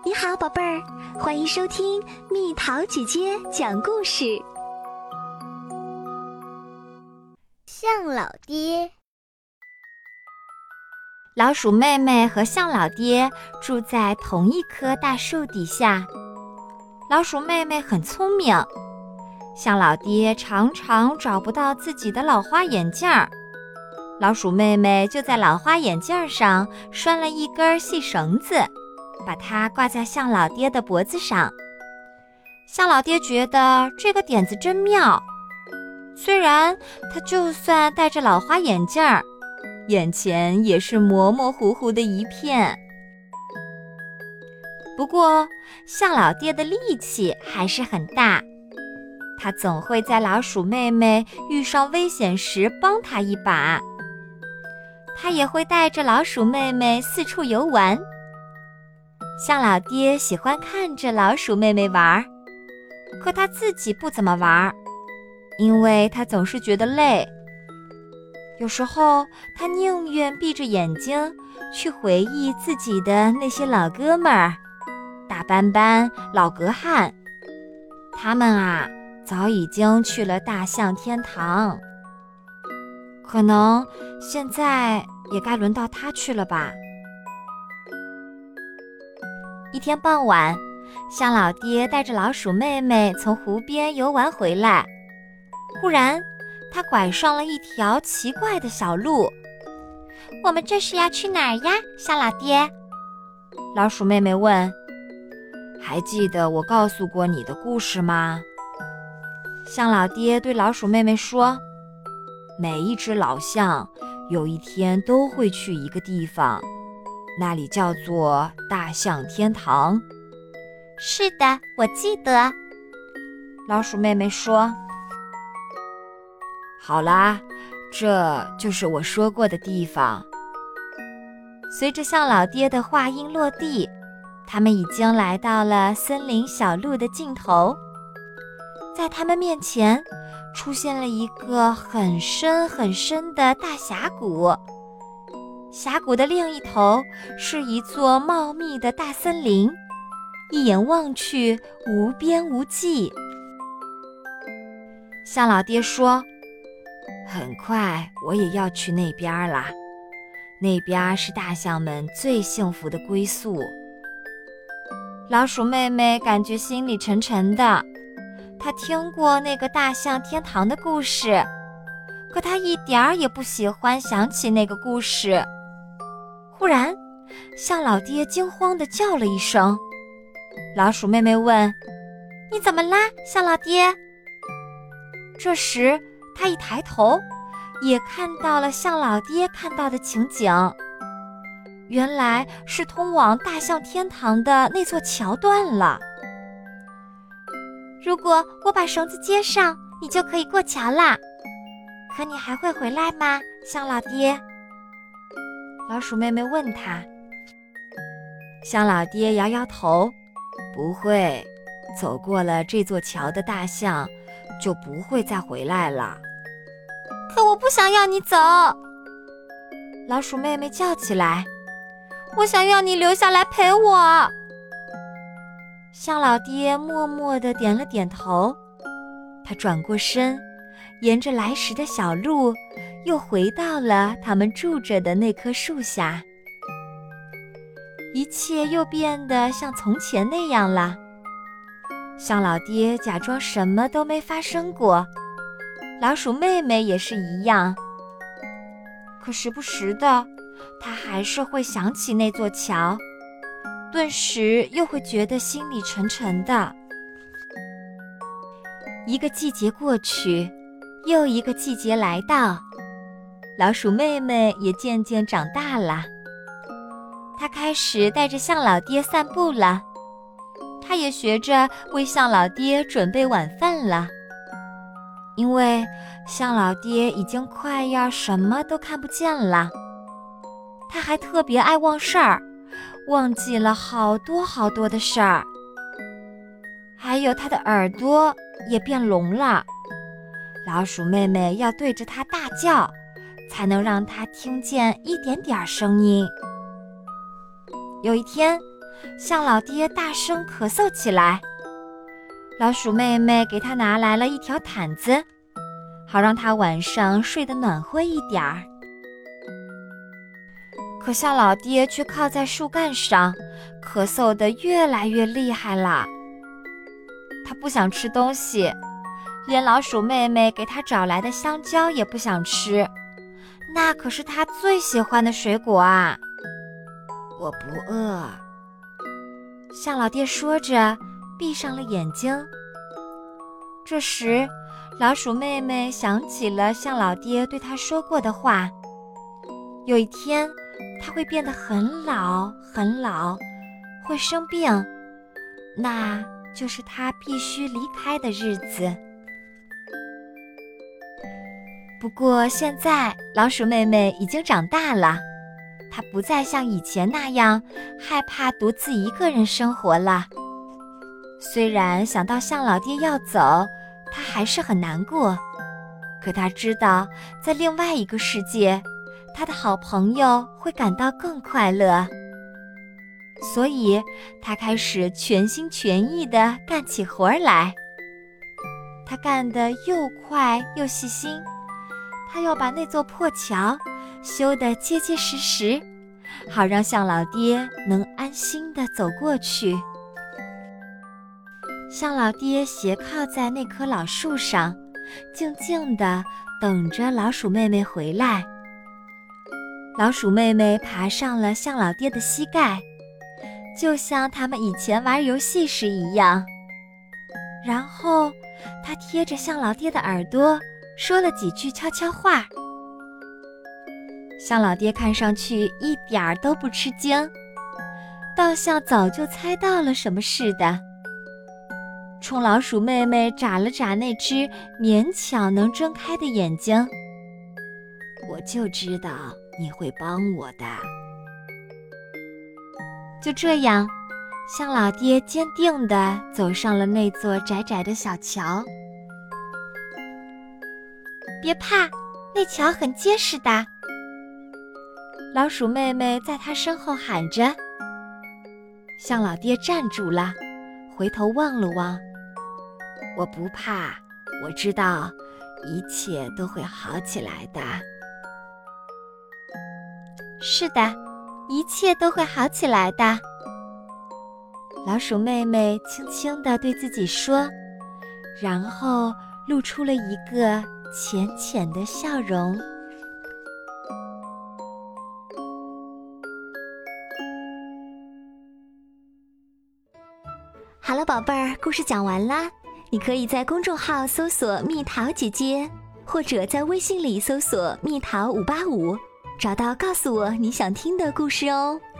你好，宝贝儿，欢迎收听蜜桃姐姐讲故事。 象老爹。 老鼠妹妹和象老爹住在同一棵大树底下。老鼠妹妹很聪明，象老爹常常找不到自己的老花眼镜儿，老鼠妹妹就在老花眼镜上拴了一根细绳子，把它挂在象老爹的脖子上。象老爹觉得这个点子真妙，虽然他就算戴着老花眼镜儿，眼前也是模模糊糊的一片。不过象老爹的力气还是很大，他总会在老鼠妹妹遇上危险时帮她一把。他也会带着老鼠妹妹四处游玩。象老爹喜欢看着老鼠妹妹玩，可他自己不怎么玩，因为他总是觉得累。有时候他宁愿闭着眼睛去回忆自己的那些老哥们儿，大斑斑、老格汉，他们啊早已经去了大象天堂，可能现在也该轮到他去了吧。一天傍晚，象老爹带着老鼠妹妹从湖边游玩回来，忽然他拐上了一条奇怪的小路。我们这是要去哪儿呀，象老爹？老鼠妹妹问。还记得我告诉过你的故事吗？象老爹对老鼠妹妹说，每一只老象有一天都会去一个地方，那里叫做大象天堂。是的，我记得。老鼠妹妹说。好啦，这就是我说过的地方。随着象老爹的话音落地，他们已经来到了森林小路的尽头。在他们面前出现了一个很深很深的大峡谷，峡谷的另一头是一座茂密的大森林，一眼望去无边无际。象老爹说，很快我也要去那边啦，那边是大象们最幸福的归宿。老鼠妹妹感觉心里沉沉的，她听过那个大象天堂的故事，可她一点儿也不喜欢想起那个故事。忽然，象老爹惊慌地叫了一声。老鼠妹妹问，你怎么啦，象老爹？这时她一抬头，也看到了象老爹看到的情景。原来是通往大象天堂的那座桥断了。如果我把绳子接上，你就可以过桥啦。可你还会回来吗，象老爹？老鼠妹妹问他。象老爹摇摇头，不会，走过了这座桥的大象就不会再回来了。可我不想要你走，老鼠妹妹叫起来，我想要你留下来陪我。象老爹默默地点了点头，他转过身，沿着来时的小路，又回到了他们住着的那棵树下。一切又变得像从前那样了。象老爹假装什么都没发生过，老鼠妹妹也是一样。可时不时的，他还是会想起那座桥，顿时又会觉得心里沉沉的。一个季节过去，又一个季节来到，老鼠妹妹也渐渐长大了。她开始带着象老爹散步了，她也学着为象老爹准备晚饭了。因为象老爹已经快要什么都看不见了，他还特别爱忘事儿，忘记了好多好多的事儿。还有他的耳朵也变聋了，老鼠妹妹要对着他大叫，才能让他听见一点点声音。有一天， 象老爹大声咳嗽起来。老鼠妹妹给他拿来了一条毯子，好让他晚上睡得暖和一点儿。可象老爹却靠在树干上，咳嗽得越来越厉害了。他不想吃东西，连老鼠妹妹给他找来的香蕉也不想吃，那可是他最喜欢的水果啊。我不饿，象老爹说着，闭上了眼睛。这时，老鼠妹妹想起了象老爹对她说过的话，有一天他会变得很老很老，会生病，那就是他必须离开的日子。不过现在老鼠妹妹已经长大了，她不再像以前那样害怕独自一个人生活了。虽然想到象老爹要走，她还是很难过，可她知道在另外一个世界，她的好朋友会感到更快乐。所以她开始全心全意地干起活来。她干得又快又细心，她要把那座破桥修得结结实实，好让象老爹能安心地走过去。象老爹斜靠在那棵老树上，静静地等着老鼠妹妹回来。老鼠妹妹爬上了象老爹的膝盖，就像他们以前玩游戏时一样。然后她贴着象老爹的耳朵说了几句悄悄话。象老爹看上去一点儿都不吃惊，倒像早就猜到了什么似的，冲老鼠妹妹眨了眨那只勉强能睁开的眼睛。我就知道你会帮我的。就这样，象老爹坚定地走上了那座窄窄的小桥。别怕，那桥很结实的。老鼠妹妹在他身后喊着。象老爹站住了，回头望了望。我不怕，我知道一切都会好起来的。是的，一切都会好起来的。老鼠妹妹轻轻地对自己说，然后露出了一个浅浅的笑容。 好了，宝贝儿，故事讲完啦。你可以在公众号搜索蜜桃姐姐，或者在微信里搜索蜜桃585，找到告诉我你想听的故事哦。